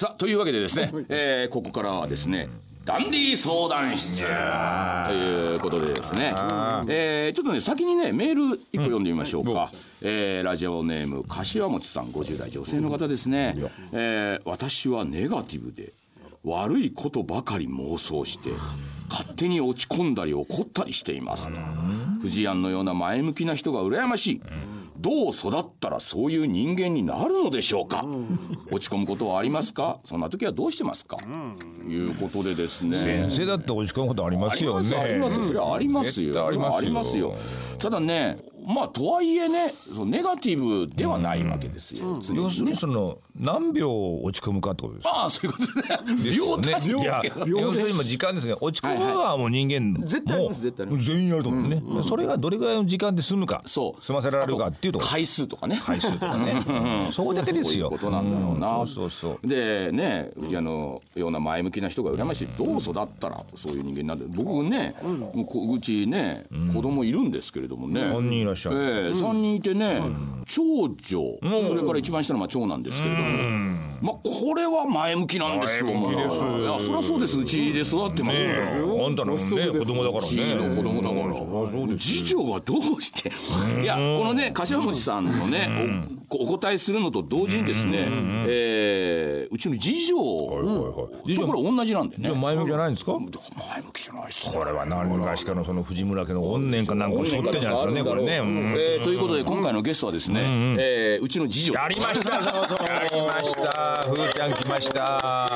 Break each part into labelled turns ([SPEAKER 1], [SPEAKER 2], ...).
[SPEAKER 1] さあというわけでですね、ここからはですねダンディ相談室ということでですね、ちょっとね先にねメール1個読んでみましょうか、ラジオネーム柏餅さん50代女性の方ですね、私はネガティブで悪いことばかり妄想して勝手に落ち込んだり怒ったりしていますと。藤庵のような前向きな人が羨ましい。どう育ったらそういう人間になるのでしょうか。落ち込むことはありますか。そんな時はどうしてますか、いうことでですね。
[SPEAKER 2] 先生だって落ち込むことありますよね。
[SPEAKER 1] ありますそれはありますよ。ありますよ。ただねまあとはいえねネガティブではないわけですよ、
[SPEAKER 2] 要するにその何秒落ち込むかってことです。
[SPEAKER 1] ああそういうことね。
[SPEAKER 2] ですよね。
[SPEAKER 1] 秒
[SPEAKER 2] いや要するに今時間ですね。落ち込むのはもう人間
[SPEAKER 1] 絶対あります絶対あります。
[SPEAKER 2] 全員あると思うね、それがどれぐらいの時間で済むか、済ませられるかっていうところ。
[SPEAKER 1] 回数とかね
[SPEAKER 2] そこだけですよ。
[SPEAKER 1] そういうことなんだろうな、
[SPEAKER 2] そう
[SPEAKER 1] でね藤谷のような前向きな人が羨ましい。どう育ったらそういう人間になる。僕ね、うちね、子供いるんですけれどもね、
[SPEAKER 2] 3人いらっしゃる、
[SPEAKER 1] 3人いてね、長女、それから一番下のまあ長男ですけれども、まあこれは前向きなんですよ。
[SPEAKER 2] 前向きです。
[SPEAKER 1] いやそりゃそうです。うちで育ってますよ、
[SPEAKER 2] あんたのね子供だからね。
[SPEAKER 1] うちの子供だから次女がどうしていやこのね柏餅さんのねお答えするのと同時にですね、うちの次女とこれ同じなんでね。
[SPEAKER 2] じゃあ前向きじゃないんですか。
[SPEAKER 1] 前向きじゃないです
[SPEAKER 2] これは何がしかのその藤村家の怨念かなんかを背負ってんじゃないですかねこれね。
[SPEAKER 1] ということで今回のゲストはですね、うちの次女
[SPEAKER 2] やりましたやりました。ふーちゃん来ました。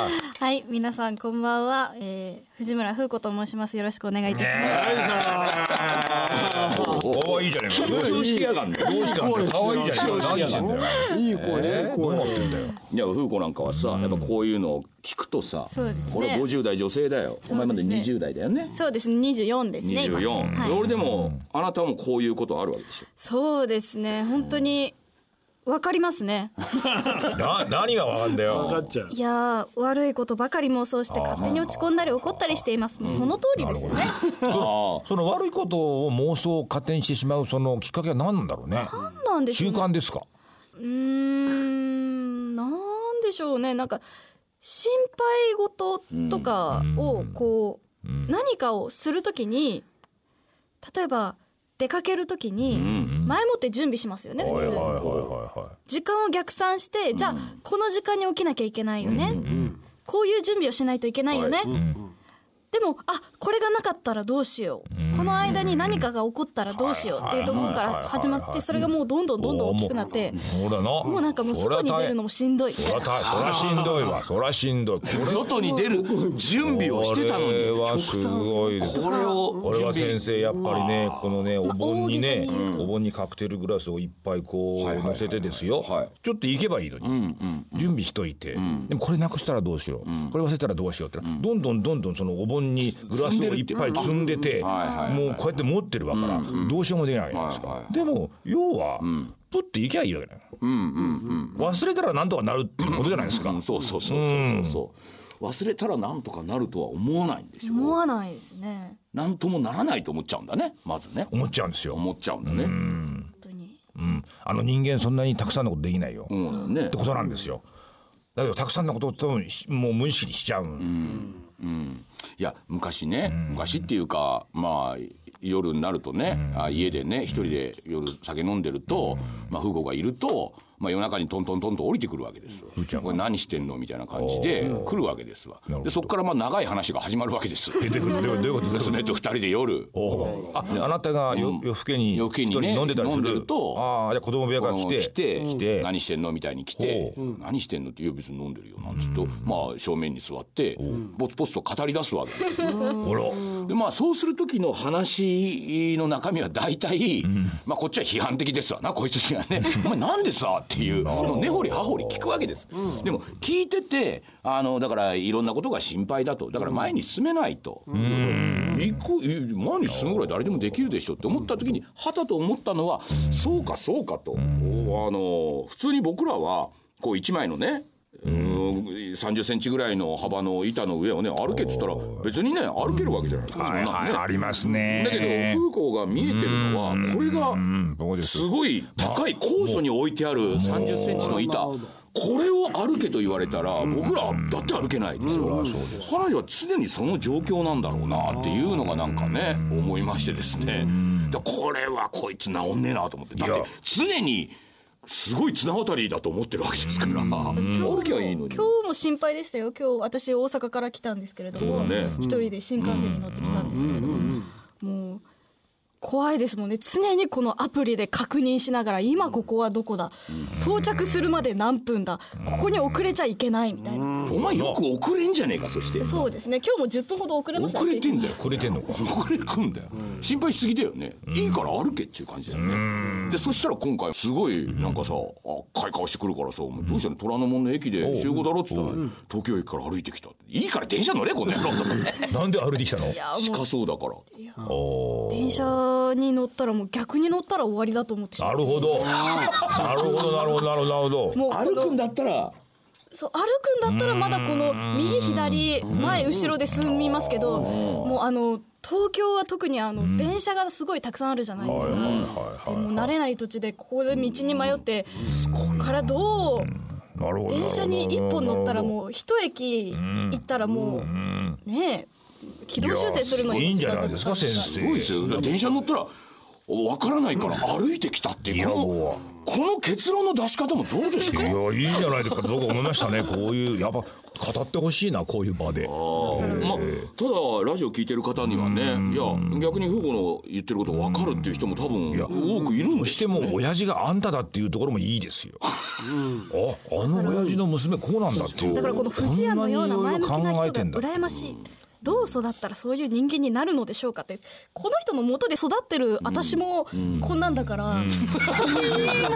[SPEAKER 3] はい皆さんこんばんは、藤村風子と申します。よろしくお願いいたします。
[SPEAKER 2] かわいいじゃねえか。
[SPEAKER 1] どうしやがんの。
[SPEAKER 2] どうしたんだよ。かわいいじゃねえか。何してんだよ。
[SPEAKER 4] いい声ね。
[SPEAKER 2] どうなってんだよ。
[SPEAKER 1] いや風子なんかはさやっぱこういうのを聞くとさ、
[SPEAKER 3] そうですね、
[SPEAKER 1] これ50代女性だよ、お前まで20代だよね。
[SPEAKER 3] そうですね24ですね今。
[SPEAKER 1] 24、
[SPEAKER 3] はい、
[SPEAKER 1] 俺でもあなたもこういうことあるわけでしょ。
[SPEAKER 3] そうですね本当にわかりますね。
[SPEAKER 2] 何がわかんだよ。
[SPEAKER 4] 分かっちゃう。
[SPEAKER 3] いや悪いことばかり妄想して勝手に落ち込んだり怒ったりしています。もうその通りですよね。
[SPEAKER 2] その悪いことを妄想を勝手にしてしまうそのきっかけは何なんだろうね。
[SPEAKER 3] 何なんでしょうね。
[SPEAKER 2] 習慣ですか。
[SPEAKER 3] なんでしょうね。なんか心配事とかをこう何かをするときに例えば出かけるときに前もって準備しますよね普通。時間を逆算してじゃあこの時間に起きなきゃいけないよね、こういう準備をしないといけないよね、でもこれがなかったらどうしよう、この間に何かが起こったらどうしようっていうところから始まって、それがもうどんどん大きくなって、もうなんかもう外に出るのもしんどい。
[SPEAKER 2] そらしんどいわ。そらしんどい。
[SPEAKER 1] 外に出る準備をしてたのに。
[SPEAKER 2] これはすごい。これは先生やっぱりねこのねお盆にねお盆にカクテルグラスをいっぱいこう乗せてですよ、ちょっと行けばいいのに準備しといて、でもこれなくしたらどうしよう、これ忘れたらどうしようってどんどんそのお盆にグラスをいっぱい積んでてもうこうやって持ってるわからどうしようもできないじゃないですか。でも要はプッていきゃいいわけだよ。忘れたらなんとかなるっていうことじゃないですか。
[SPEAKER 1] そう忘れたらなんとかなるとは思わないんでしょ。
[SPEAKER 3] 思わないですね。
[SPEAKER 1] なんともならないと思っちゃうんだね。まずね
[SPEAKER 2] 思っちゃうんですよ。
[SPEAKER 1] 思っちゃうんだね。
[SPEAKER 3] 本当に、
[SPEAKER 2] 人間そんなにたくさんのことできないよ、ってことなんですよ。だけどたくさんのことを多分もう無意識にしちゃう。
[SPEAKER 1] いや昔っていうかまあ夜になるとね、家でね一人で夜酒飲んでると、風子がいると、夜中にトントントンと降りてくるわけですよ。これ何してんのみたいな感じで来るわけですわ。でそこから長い話が始まるわけです。
[SPEAKER 2] どういうことですか。
[SPEAKER 1] 娘と二人で夜
[SPEAKER 2] あなたが夜更けに一人飲んでたりするとじゃ子供部屋から来て
[SPEAKER 1] 何してんのみたいに来て何してんのって言う別に飲んでるよなんつと正面に座ってポツポツと語り出すわけですよ。でそうする時の話の中身は大体こっちは批判的ですわなこいつにはねお前なんでさっていう根掘り葉掘り聞くわけです。でも聞いててだからいろんなことが心配だと。だから前に進めないと前に進むぐらい誰でもできるでしょって思った時にはたと思ったのはそうかと普通に僕らはこう一枚のね 30センチぐらいの幅の板の上をね歩けっつったら別にね歩けるわけじゃないですか。そんなね
[SPEAKER 2] ありますね。
[SPEAKER 1] だけど風光が見えてるのはこれがすごい高い高所に置いてある30センチの板、これを歩けと言われたら僕らだって歩けないでしょ。彼女は常にその状況なんだろうなっていうのがなんかね思いましてですね。だこれはこいつ治んねえなと思って、だって常にすごい綱渡りだと思ってるわけですから歩きゃいいのに。
[SPEAKER 3] 今日も心配でしたよ。今日私大阪から来たんですけれども、一人で新幹線に乗ってきたんですけれども、もう怖いですもんね。常にこのアプリで確認しながら今ここはどこだ、到着するまで何分だ、ここに遅れちゃいけないみたいな。
[SPEAKER 1] お前よく遅れんじゃねえか。そして
[SPEAKER 3] そうですね、今日も10分ほど遅れました。
[SPEAKER 1] 遅れてんだよ。
[SPEAKER 2] 遅れてんのか。
[SPEAKER 1] 遅れくんだよ。心配しすぎだよね。いいから歩けっていう感じだよね。でそしたら今回すごいなんかさ赤い顔してくるからさ、どうしたの虎ノ門の駅で集合だろっつったら東京駅から歩いてきた。いいから電車乗れこの野郎と思って
[SPEAKER 2] なんで歩いてきたの。
[SPEAKER 1] 近そうだから。
[SPEAKER 3] 電車に乗ったらもう逆に乗ったら終わりだと思ってしまう。
[SPEAKER 2] なるほどなるほどなるほどなるほど。
[SPEAKER 3] もう
[SPEAKER 1] 歩くんだったら
[SPEAKER 3] そう歩くんだったらまだこの右左前後ろで進みますけど、もう東京は特に電車がすごいたくさんあるじゃないですか。でも慣れない土地でここで道に迷ってここからどう電車に1本乗ったらもう一駅行ったらもうね軌道修正するのに
[SPEAKER 2] いいんじゃないですか先生。
[SPEAKER 1] すごいですよ。電車乗ったら分からないから歩いてきたっていうこの結論の出し方もどうですか。
[SPEAKER 2] いやいいじゃないですか。僕思いましたね。こういうやっぱ語ってほしいなこういう場で。
[SPEAKER 1] まあ、ただラジオ聞いてる方にはね、いや逆に風子の言ってること分かるっていう人も多分多くいるんですよね。
[SPEAKER 2] しても親父があんただっていうところもいいですよ。あの親父の娘こうなんだっていう。
[SPEAKER 3] だからこの藤屋のような前向きな人が羨ましい。どう育ったらそういう人間になるのでしょうかって、この人の元で育ってる私もこんなんだから、私も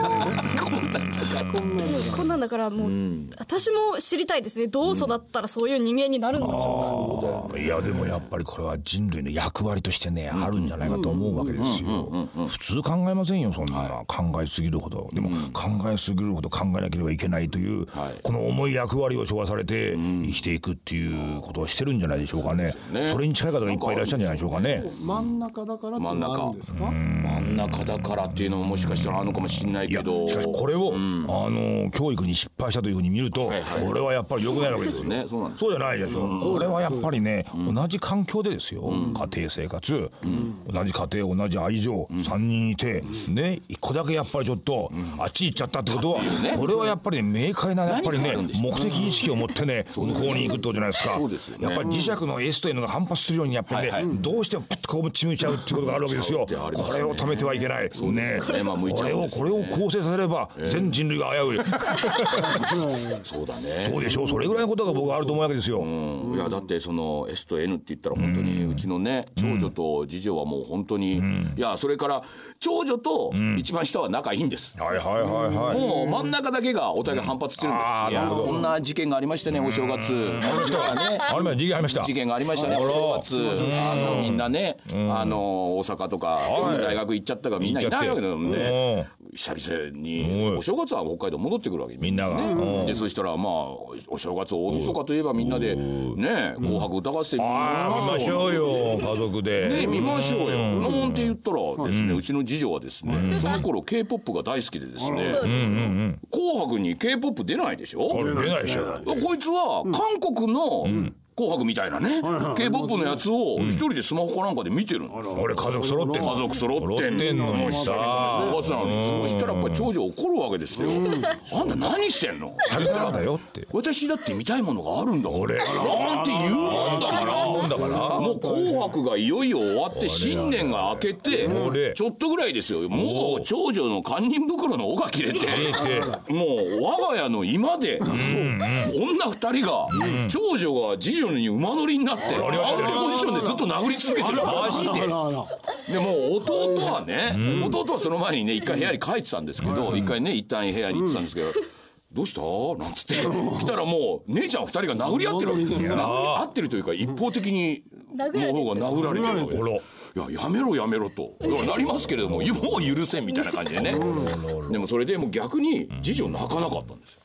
[SPEAKER 3] こんなんだからもう私も知りたいですね。どう育ったらそういう人間になるのでしょうか。
[SPEAKER 2] いやでもやっぱりこれは人類の役割としてねあるんじゃないかと思うわけですよ。普通考えませんよそんな考えすぎるほど。でも考えすぎるほど考えなければいけないというこの重い役割を背負わされて生きていくっていうことをしてるんじゃないでしょうかね。それに近い方がいっぱいいらっしゃるんじゃないでしょうかね。
[SPEAKER 4] 真ん中だからってのがあるんですか。
[SPEAKER 1] 真ん中だからっていうのももしかしたらあるのかもしれないけど、
[SPEAKER 2] しかしこれを教育に失敗したというふうに見るとこれはやっぱり良くないわけですよね。そうじゃないでしょ。これはやっぱりね同じ環境でですよ、家庭生活、同じ家庭同じ愛情、3人いてね1個だけやっぱりちょっとあっち行っちゃったってことはこれはやっぱり明快なやっぱりね目的意識を持ってね向こうに行くってことじゃないですか。やっぱり磁石の S というのが反発するようにやっぱりねどうしてもパッとこうち向いちゃうっていうことがあるわけですよ。これを止めてはいけないね。これを構成させれば全人類が危うい。
[SPEAKER 1] そうだね。
[SPEAKER 2] そうでしょう。それぐらいのことが僕はあると思うわけですよ。
[SPEAKER 1] いやだってその S と N って言ったら本当にうちのね長女と次女はもう本当に、いやそれから長女と一番下は仲いいんです。もう真ん中だけがお互い反発してるんです。いやこんな事件がありましてね、お正月事件がありましたね。お正月みんなね大阪とか大学行っちゃったからみんないないわけだもんね。久々にお正月は北海道戻ってくるわけ
[SPEAKER 2] みんなが
[SPEAKER 1] で、そしたらまあお正月大晦日といえばみんなでね紅白歌合戦見
[SPEAKER 2] ましょうよ家族で
[SPEAKER 1] ね見ましょうよなんて言ったらですね、うちの次女はですねその頃 K-POP が大好きでですね、紅白に K-POP 出ないでしょ。
[SPEAKER 2] 出ないでしょ。
[SPEAKER 1] こいつは韓国の紅白みたいなね K-POP のやつを一人でスマホかなんかで見てるの。
[SPEAKER 2] 俺家族揃ってんのにさ
[SPEAKER 1] 正月なのに。そうしたらやっぱ長女怒るわけですよ。あんた何してんの。私だって見たいものがあるんだからなんて言うもんだからもう紅白がいよいよ終わって新年が明けてちょっとぐらいですよ。もう長女の堪忍袋の緒が切れてもう我が家の居間で女2人が長女が次女に馬乗りになってアウトポジションでずっと殴り続けてる。マジで。でも弟はね、弟はその前にね一回部屋に帰ってたんですけど、一回ね一旦部屋に行ってたんですけど、どうしたなんつって来たらもう姉ちゃん2人が殴り合ってるわけ。殴り合ってるというか一方的にの方が殴られてるわけです。いややめろとなりますけれどももう許せんみたいな感じでね。でもそれでもう逆に次女泣かなかったんですよ。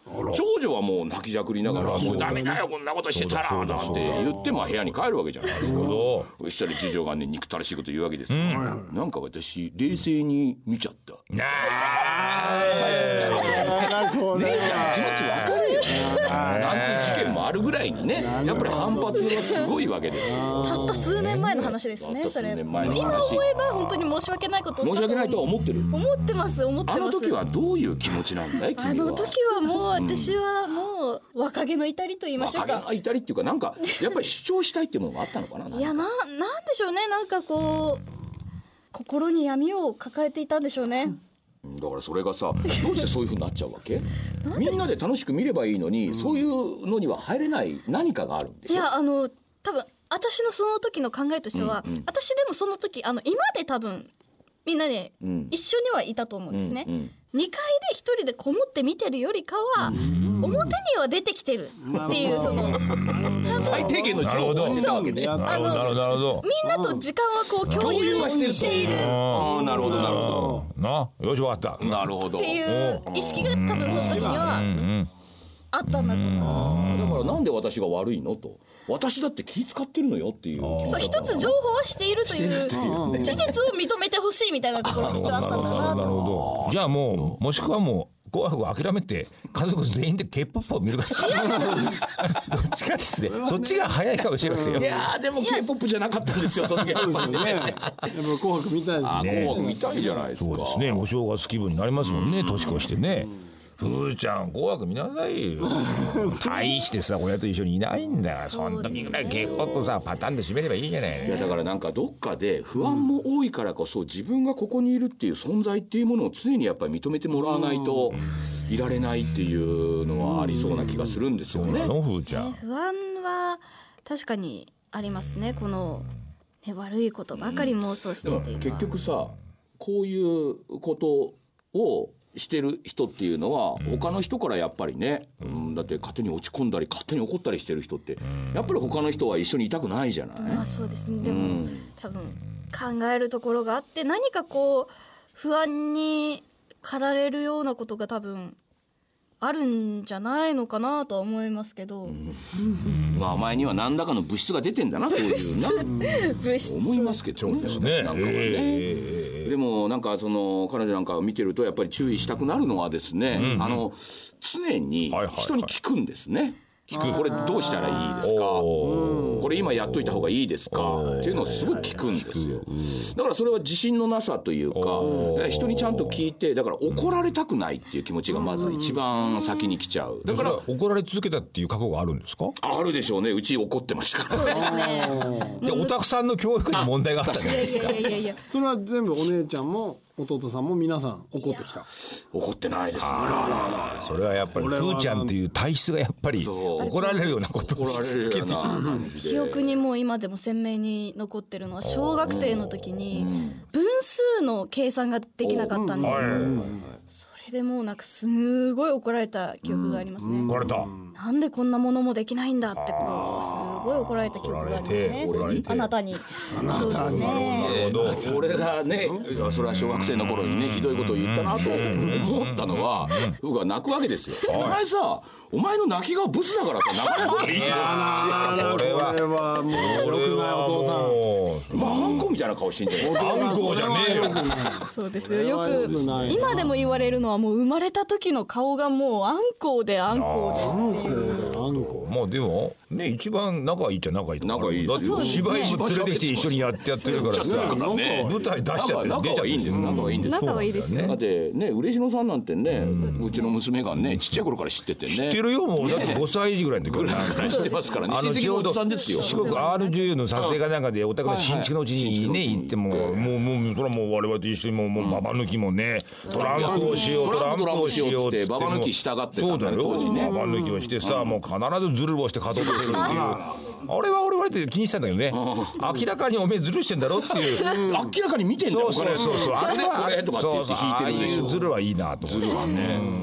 [SPEAKER 1] 長女はもう泣きじゃくりながら「もうダメだよこんなことしてたら」なんて言って部屋に帰るわけじゃないですか。そしたら次女がね憎たらしいこと言うわけですよ。なんか私冷静に見ちゃった。姉ちゃんの気持ちわかるよなんていう事件もあるぐらいにねやっぱり反発はすごいわけですよ。
[SPEAKER 3] たった数年前の話ですね。それ今思えば本当に申し訳ないことをしたと
[SPEAKER 1] 申し訳ないとは思ってる。
[SPEAKER 3] 思ってます。
[SPEAKER 1] あの時はどういう気持ちなんだい君は。
[SPEAKER 3] あの時はもう私はもう若気の至りと言いましょうか。
[SPEAKER 1] 若気の至りっていうかなんかやっぱり主張したいっていうものがあったのかな。
[SPEAKER 3] いやなんでしょうね。なんかこう心に闇を抱えていたんでしょうね。
[SPEAKER 1] だからそれがさどうしてそういう風になっちゃうわけみんなで楽しく見ればいいのに、そういうのには入れない何かがあるんでしょ。いや
[SPEAKER 3] 多分私のその時の考えとしては、私でもその時今で多分みんなで一緒にはいたと思うんですね。2階で一人でこもって見てるよりかは表には出てきてるっていうそのちゃんと
[SPEAKER 1] 最低限の情報をしてたわけね。
[SPEAKER 2] なるほど。
[SPEAKER 3] みんなと時間はこう共有している。
[SPEAKER 1] なるほど
[SPEAKER 2] なよしわかった。
[SPEAKER 1] なるほど
[SPEAKER 3] っていう意識が多分その時にはあったんだと思います。
[SPEAKER 1] だからなんで私が悪いのと。私だって気使ってるのよっていう。
[SPEAKER 3] そう一つ情報はしているという事実を認めてほしいみたいなところがきっとあったんだなと。
[SPEAKER 2] なるほど。じゃあもしくはもう紅白を諦めて家族全員で K-POP を見るからどっちかですね。そっちが早いかもしれませんよ。
[SPEAKER 1] いやでも K-POP じゃなかったんですよその時は。やっぱ
[SPEAKER 4] 紅白見たいですね。
[SPEAKER 1] 紅白見たいじゃないですか。
[SPEAKER 2] そうですね。お正月気分になりますもんね。年越してね。ふーちゃん紅白見なさいよ。大してさ親と一緒にいないんだよ。そん時ぐらい K-POP さパターンで締めればいいじゃない。
[SPEAKER 1] いやだからなんかどっかで不安も多いからこそ自分がここにいるっていう存在っていうものを常にやっぱり認めてもらわないといられないっていうのはありそうな気がするんですよね。
[SPEAKER 2] ふーちゃん。
[SPEAKER 3] 不安は確かにありますね。この、悪いことばかり妄想してっていうのは。
[SPEAKER 1] 結局さこういうことをしてる人っていうのは他の人からやっぱりね、だって勝手に落ち込んだり勝手に怒ったりしてる人ってやっぱり他の人は一緒にいたくないじゃない。
[SPEAKER 3] まあそうですね。でも、多分考えるところがあって何かこう不安に駆られるようなことが多分あるんじゃないのかなとは思いますけど、
[SPEAKER 1] まあお前には何らかの物質が出てんだなそういうな
[SPEAKER 3] 物質
[SPEAKER 1] 思いますけどね。なんかはね。でもなんかその彼女なんかを見てるとやっぱり注意したくなるのはですね、常に人に聞くんですね。これどうしたらいいですか、これ今やっといた方がいいですかっていうのをすごい聞くんですよ。だからそれは自信のなさというか人にちゃんと聞いて、だから怒られたくないっていう気持ちがまず一番先に来ちゃう。だから
[SPEAKER 2] 怒られ続けたっていう過去があるんですか。
[SPEAKER 1] あるでしょうね。うち怒ってましたから。
[SPEAKER 3] そうですね。
[SPEAKER 2] じゃあおたくさんの教育に問題があったじゃないですか。
[SPEAKER 3] いや
[SPEAKER 4] それは全部お姉ちゃんも弟さんも皆さん怒ってきた。
[SPEAKER 1] 怒ってないですね。
[SPEAKER 2] それはやっぱりふーちゃんという体質がやっぱり怒られるようなことをし続けてきた。
[SPEAKER 3] 記憶にもう今でも鮮明に残ってるのは小学生の時に分数の計算ができなかったんですよ。それでもうなんかすごい怒られた記憶がありますね。
[SPEAKER 2] 怒られた。
[SPEAKER 3] なんでこんなものもできないんだってこうすごい怒られた記憶がありますね。あなたに。そうですね。
[SPEAKER 1] 俺がね、それは小学生の頃にねひどいことを言ったなと思ったのは、僕は泣くわけですよ。お前さ、お前の泣き顔ブスだからさ泣かない方がいいよ。
[SPEAKER 4] これはもうろくないお父さん。
[SPEAKER 1] まああんこみたいな顔してんじゃない。
[SPEAKER 2] あんこじゃねえよ。
[SPEAKER 3] そうですよ。よく今でも言われるのはもう生まれた時の顔がもうあんこであんこでっていう。
[SPEAKER 2] まあでもね一番仲いいっちゃ仲いいと
[SPEAKER 1] 仲いいですよ。
[SPEAKER 2] 芝居も連れてきて一緒にやってるからさ、舞台出しちゃって
[SPEAKER 1] 仲はいいんです。仲はいいんです。
[SPEAKER 3] 仲はいいですよ。
[SPEAKER 1] だってね嬉野さんなんてね、うちの娘がねちっちゃい頃から知っててね。
[SPEAKER 2] 知ってるよ。もうだって5歳児ぐらいの時
[SPEAKER 1] から知ってますからね。親戚のおじさんですよ。
[SPEAKER 2] 四国 R 女優の撮影かなんかでお宅の新築のうちにね行ってももうそれはもう我々と一緒にもうババ抜きもねトランプをしようって
[SPEAKER 1] ババ抜きしたがってたんだよ
[SPEAKER 2] 当時ね。ババ抜きをしてさもう必ずズルをして勝とうとするっていう。あれはって気にしてたんだけどね。明らかにおめえズルしてんだろっていう。
[SPEAKER 1] 明らかに見てんだよ。
[SPEAKER 2] そうあれは
[SPEAKER 1] これとかって言って弾いてるでしょ。
[SPEAKER 2] ズルはいいなと。
[SPEAKER 1] ズルはね。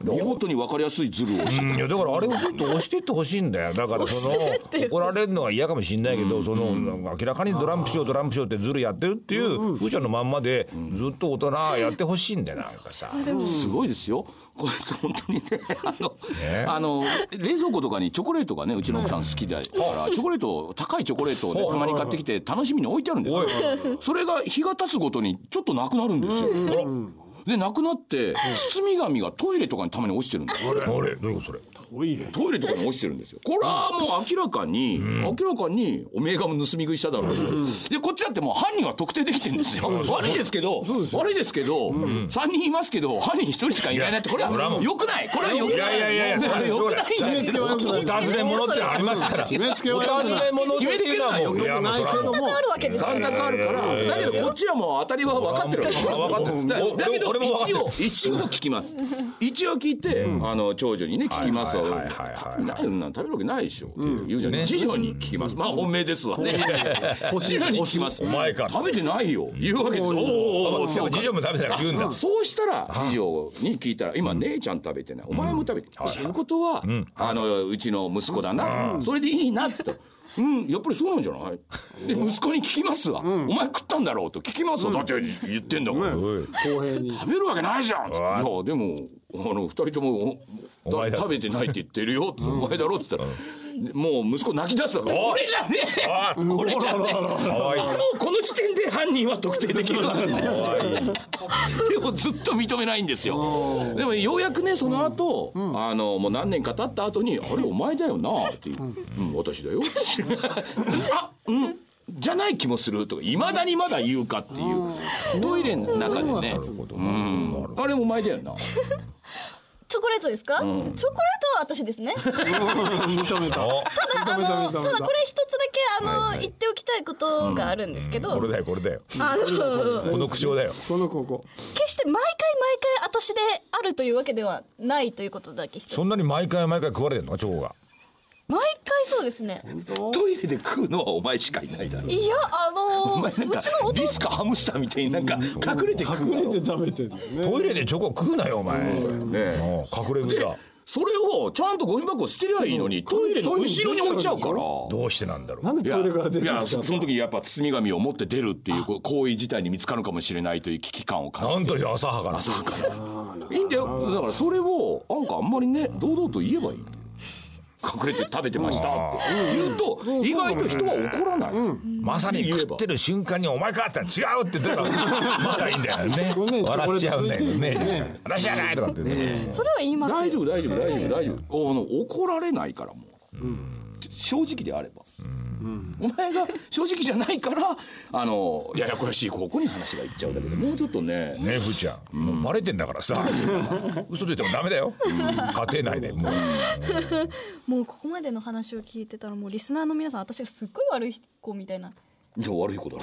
[SPEAKER 1] 見事に分かりやすいズルをして
[SPEAKER 2] いやだからあれをちょっと押していってほしいんだよ。だからその怒られるのは嫌かもしれないけど、その明らかにトランプしようってズルやってるっていう風ちゃんのまんまでずっと大人やってほしいんだよ。なんかさ
[SPEAKER 1] すごいですよこれ本当にね。冷蔵庫とかにチョコレートがねうちの奥さん好きだからチョコレート高いチョコレートをねたまに買ってきて楽しみに置いてあるんですよ。それが日が経つごとにちょっとなくなるんですよ。でなくなって包み紙がトイレとかにたまに落ちてるんですよ。
[SPEAKER 2] あれどういうことそれ。
[SPEAKER 1] トイレとかに落ちてるんですよ。これはもう明らかにおめえが盗み食いしただろう。でこっちだってもう犯人は特定できてるんですよ。悪いですけど3人いますけど犯人1人しかいないってこれは良くない。これは良くない。
[SPEAKER 2] いや
[SPEAKER 1] 良くないんですよ。
[SPEAKER 2] お尋ね物ってありますから。お尋ね物っていうのはもういやもう
[SPEAKER 3] 3択あるわけです
[SPEAKER 1] 3択あるからだけどこっちはもう当たりは分かってるわけですよ。だけど一応聞きます。一応聞いて長女にね聞きますわ。食べるわけないでしょって言うじゃん。次女に聞きます。まあ本命ですわね。次女に聞きます。
[SPEAKER 2] お前か
[SPEAKER 1] 食べてないよ言うわけです。
[SPEAKER 2] 次女も食べてない言うんだ。
[SPEAKER 1] そうしたら次女に聞いたら今姉ちゃん食べてないお前も食べてないっていうことはうちの息子だなそれでいいなって言ったらやっぱりそうなんじゃないで息子に聞きますわ、お前食ったんだろうと聞きますわ、だって言ってんだから、食べるわけないじゃんっつって、いやでも2人とも食べてないって言ってるよって、お前だろって言ったらもう息子泣き出すわけ。俺じゃねえ俺じゃねえもうこの時点で犯人は特定できるわけですよ。でもずっと認めないんですよ。でもようやくねその後、もう何年か経った後にあれお前だよなって私だよじゃない気もするとかいまだにまだ言うかっていうトイレの中でねあれお前だよな
[SPEAKER 3] チョコレートですか、チョコレートは私ですね。
[SPEAKER 4] 認めた。
[SPEAKER 3] ただこれ一つだけ言っておきたいことがあるんですけど、
[SPEAKER 2] これだよこの口調だよ。
[SPEAKER 4] ここ
[SPEAKER 3] 決して毎回私であるというわけではないということだけ一つ。
[SPEAKER 2] そんなに毎回食われてるのかチョコが。
[SPEAKER 3] 毎回そうですね。
[SPEAKER 1] トイレで食うのはお前しかいないだろ。
[SPEAKER 3] いや
[SPEAKER 1] お前なんかリスかハムスターみたいになんか隠れて食うの。
[SPEAKER 4] 隠れて食べてるね。
[SPEAKER 2] トイレでチョコ食うなよお前。隠れ食いだ。
[SPEAKER 1] それをちゃんとゴミ箱捨てりゃいいのにトイレの後ろに置いちゃうから。
[SPEAKER 2] どうしてなんだろう。
[SPEAKER 4] なんでトイレから出てきたの。
[SPEAKER 1] いやその時やっぱ包み紙を持って出るっていう行為自体に見つかるかもしれないという危機感を感じて。
[SPEAKER 2] なんという浅はかな。
[SPEAKER 1] いいんだよ。だからそれをなんかあんまりね堂々と言えばいい。隠れて食べてましたって言うと意外と人は怒らない、
[SPEAKER 2] まさに食ってる瞬間にお前かって違うって言ったらまだいいんだよね。笑っちゃうんだよね。私じゃないとかって
[SPEAKER 3] それは言います。大丈夫
[SPEAKER 1] 怒られないからもう、正直であれば、お前が正直じゃないからややこしい方向に話がいっちゃうだけでもうちょっとね
[SPEAKER 2] ふーちゃん、もうバレてんだからさ嘘ついてもダメだよ、家庭内で
[SPEAKER 3] もうここまでの話を聞いてたらもうリスナーの皆さん私がすっごい悪い子みたいな。
[SPEAKER 1] いや悪い子だろ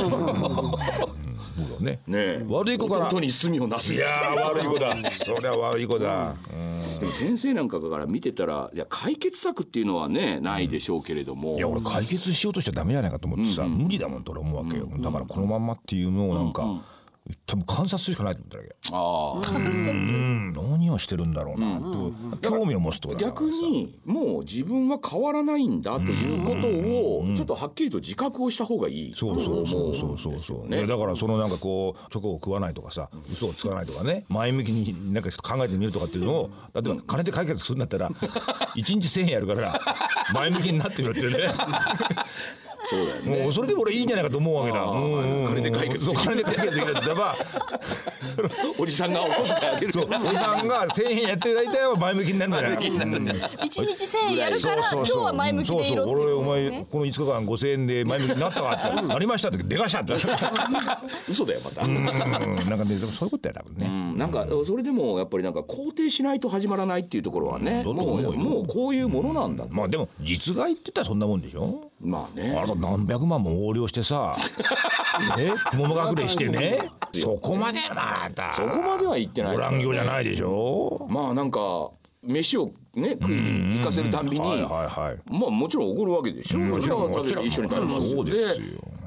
[SPEAKER 2] そうだね。
[SPEAKER 1] 悪い子から弟に罪をなす。
[SPEAKER 2] いや悪い子だそりゃ悪い子だ。
[SPEAKER 1] でも先生なんかから見てたらいや解決策っていうのはねないでしょうけれども、
[SPEAKER 2] いや俺解決しようとしちゃダメじゃないかと思ってさ、無理だもんと俺思うわけよ。だからこのまんまっていうのをなんか多分観察するしかないと思ったわけ。何をしてるんだろうなと興味を持つところだからさ。
[SPEAKER 1] 逆にもう自分は変わらないんだということをちょっとはっきりと自覚をした方がいい。
[SPEAKER 2] そうだからそのなんかこうチョコを食わないとかさ、嘘をつかないとかね、前向きになんか考えてみるとかっていうのを例えば金で解決するんだったら1日1000円やるから前向きになってみるってね
[SPEAKER 1] そうだよね。
[SPEAKER 2] もうそれでも俺いいんじゃないかと思うわけだ。
[SPEAKER 1] 金で解決できる。
[SPEAKER 2] 金で解決できるってば
[SPEAKER 1] おじさんがお小遣いあげるから
[SPEAKER 2] おじさんが1000円やって大体は前向きになるんだよ。
[SPEAKER 3] 1日1000円やるから今日は前向きでいろって
[SPEAKER 2] 俺お前この5日間5000円で前向きになったわってなりましたってでかしたって
[SPEAKER 1] 嘘だよまた。
[SPEAKER 2] なんかねそういうことや多分ね。
[SPEAKER 1] なんかそれでもやっぱりなんか肯定しないと始まらないっていうところはね、もうこういうものなんだ。
[SPEAKER 2] まあでも実害って言ったらそんなもんでしょ。
[SPEAKER 1] まあね。
[SPEAKER 2] 何百万も横領してさ雲隠れしてね、そこまではまた
[SPEAKER 1] そこまでは言ってない。
[SPEAKER 2] ご乱行じゃないでしょ。
[SPEAKER 1] まあなんか飯をね食いに行かせるたんびにまあもちろん怒るわけでしょ。それは一緒に食べます。
[SPEAKER 2] そうですよ。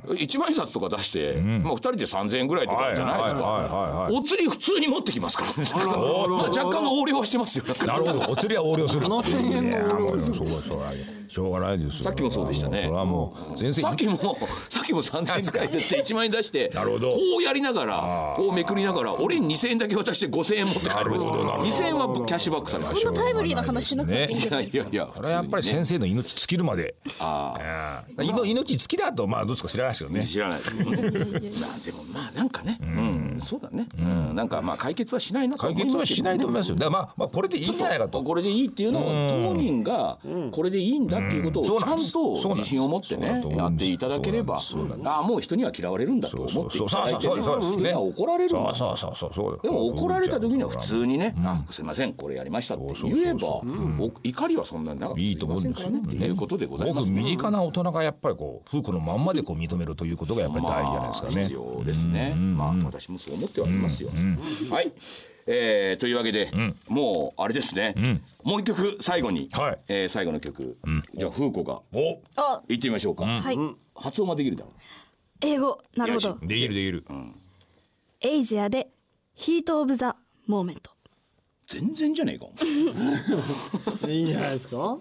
[SPEAKER 1] 1万円札とか出して、まあ、2人で3000円ぐらいとかじゃないですか。お釣り普通に持ってきますから若干の横領はしてますよ。
[SPEAKER 2] なるほど、お釣りは横領する。
[SPEAKER 4] 7000円の横領する。
[SPEAKER 2] しょうがないですよ。
[SPEAKER 1] さっきもそうでしたね。
[SPEAKER 2] これはもう全然
[SPEAKER 1] さっきも3000円ぐらいで1万円出して
[SPEAKER 2] なるほど、
[SPEAKER 1] こうやりながらこうめくりながら俺に2000円だけ渡して5000円持って帰りました。2000円はキャッシュバックされました。
[SPEAKER 3] そんなタイムリーな話しなくていいんじゃないですか。
[SPEAKER 1] いや
[SPEAKER 2] これはやっぱり先生の命尽きるまで。命尽きだとまあどうですか知らないですよね。
[SPEAKER 1] 知らないですけどね。まあでもまあなんかね、そうだね、なんかまあ解決はしないなと思いますけどね。
[SPEAKER 2] 解決はしないと思いますよ。だからまあこれでいいんじゃないかと。
[SPEAKER 1] これでいいっていうのを当人がこれでいいんだっていうことをちゃんと自信を持ってねやっていただければ、ああもう人には嫌われるんだと思っていただいて、人には怒られるんだ。でも怒られた時には普通にね、すいませんこれやりましたって言えば怒りはそんなになかった
[SPEAKER 2] いいと思うんですよね。
[SPEAKER 1] っていうことでございます。
[SPEAKER 2] 僕身近な大人がやっぱりこう夫婦のまんまでこう認めるということがやっぱり大事じゃないですかね。
[SPEAKER 1] 必要ですね。まあ私もそう思ってはいますよ。はい。というわけで、もうあれですね、もう一曲最後に、最後の曲、じゃあ風子が言ってみましょうか。発音はできるだろう。
[SPEAKER 3] 英語なるほど。
[SPEAKER 2] できる。
[SPEAKER 3] エイジアでヒートオブザモーメント。
[SPEAKER 1] 全然じゃねえか。
[SPEAKER 4] いいんじゃないですか。
[SPEAKER 3] はい、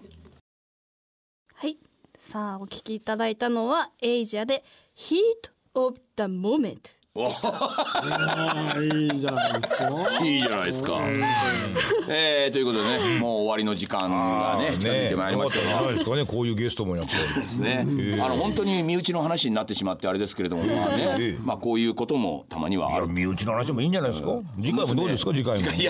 [SPEAKER 3] さあお聞きいただいたのはエイジアでヒートオブザモーメント。
[SPEAKER 4] いいじゃないですか。
[SPEAKER 1] いいじゃないですか。ということでね、もう終わりの時間がね近づいてまいりましたが、
[SPEAKER 2] ないですかね、こういうゲストもやっぱり
[SPEAKER 1] ですね。本当に身内の話になってしまってあれですけれども、まあね、まあこういうこともたまにはある。
[SPEAKER 2] 身内の話もいいんじゃないですか。次回もどうですか。次回も
[SPEAKER 1] いや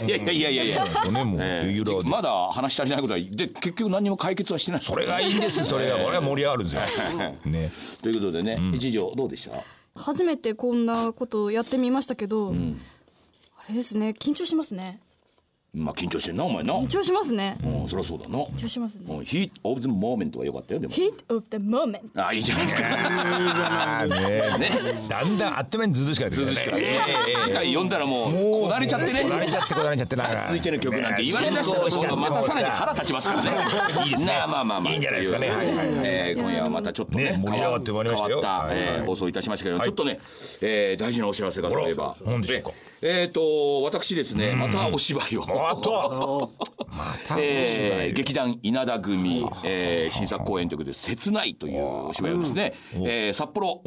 [SPEAKER 1] まだ話足りないことはで結局何も解決はしてない。
[SPEAKER 2] それがいいんです。それがこれは盛り上がるんですよ。ね。
[SPEAKER 1] ということでね、一条どうでした？
[SPEAKER 3] 初めてこんなことをやってみましたけど、あれですね、緊張しますね。
[SPEAKER 1] まあ緊張してんなお前な。
[SPEAKER 3] 緊張しますね。
[SPEAKER 1] そりゃそうだな。
[SPEAKER 3] 緊張しますね。
[SPEAKER 1] ヒートオブザモーメントは良かったよ。でも
[SPEAKER 3] ヒートオブザモーメント。
[SPEAKER 1] いいじゃないですか。
[SPEAKER 2] だんだんあっという間にずずしくなってくるね。
[SPEAKER 1] 次回読んだらもうこなれちゃってね。
[SPEAKER 2] こなれちゃって
[SPEAKER 1] 続いての曲なんて言われだしたらまたさらに腹立ちますからね。いいですね。まあ
[SPEAKER 2] いいんじゃないですかね。
[SPEAKER 1] 今夜はまたちょっとね
[SPEAKER 2] 盛り上がってまいりましたよ。
[SPEAKER 1] 変わった放送いたしましたけど、ちょっとね大事なお知らせがそういえば。
[SPEAKER 2] 何でしょうか。
[SPEAKER 1] 私ですね、またお芝居を劇団稲田組新作公演ということで切ないというお芝居をですね、札幌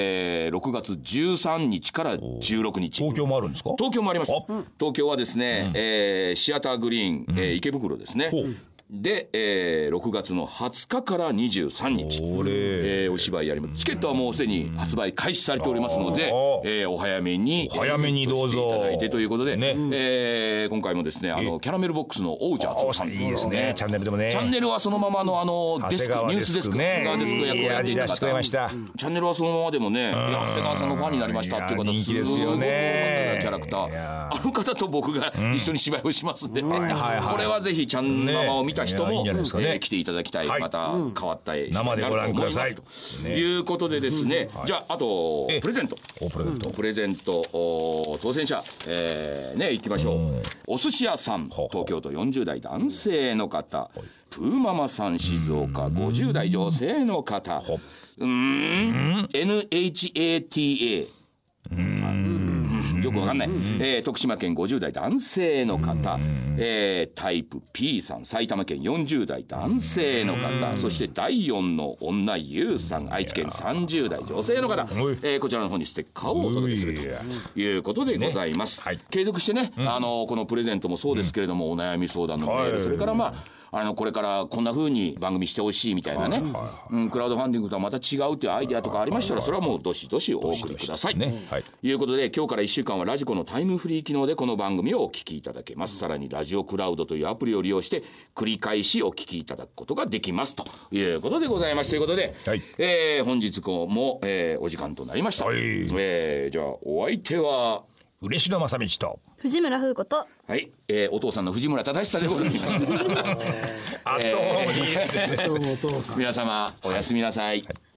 [SPEAKER 1] 6月13日から16日。
[SPEAKER 2] 東京もあるんですか。
[SPEAKER 1] 東京もあります。東京はですねシアターグリーン池袋ですね。で、6月の20日から23日、お芝居やります。チケットはもうすでに発売開始されておりますので、お早めに
[SPEAKER 2] どうぞ
[SPEAKER 1] いただいてということで、今回もですねキャラメルボックスの大内敦夫さん、
[SPEAKER 2] いいですね。チャンネルでもね、
[SPEAKER 1] チャンネルはそのままのデスク、ニュースデスク、長谷川デスク役をやっていただいた。チャンネルはそのままでもね、長谷川さんのファンになりましたっていう方、
[SPEAKER 2] 人気ですよね。
[SPEAKER 1] キャラクター、あの方と僕が一緒に芝居をしますんで、これはぜひチャンネルを見た人も来ていただきたい。また変わった絵
[SPEAKER 2] 生でご覧ください
[SPEAKER 1] ということでですね、じゃああとプレゼント当選者いきましょう。お寿司屋さん、東京都40代男性の方。プーママさん、静岡50代女性の方。NHATAさん、よくわかんない。徳島県50代男性の方。タイプ P さん、埼玉県40代男性の方。そして第4の女ゆうさん、愛知県30代女性の方。こちらの方にステッカーをお届けするということでございます。継続してね、このプレゼントもそうですけれども、お悩み相談のメール、それからこれからこんな風に番組してほしいみたいなね、クラウドファンディングとはまた違うというアイデアとかありましたら、それはもうどしどしお送りくださいということで、今日から1週間はラジコのタイムフリー機能でこの番組をお聞きいただけます。さらにラジオクラウドというアプリを利用して繰り返しお聞きいただくことができますということでございます。ということで、本日もお時間となりました。じゃあお相手は
[SPEAKER 2] 嬉野正道と
[SPEAKER 3] 藤村風子と、
[SPEAKER 1] お父さんの藤村忠久でございました。皆様おやすみなさい。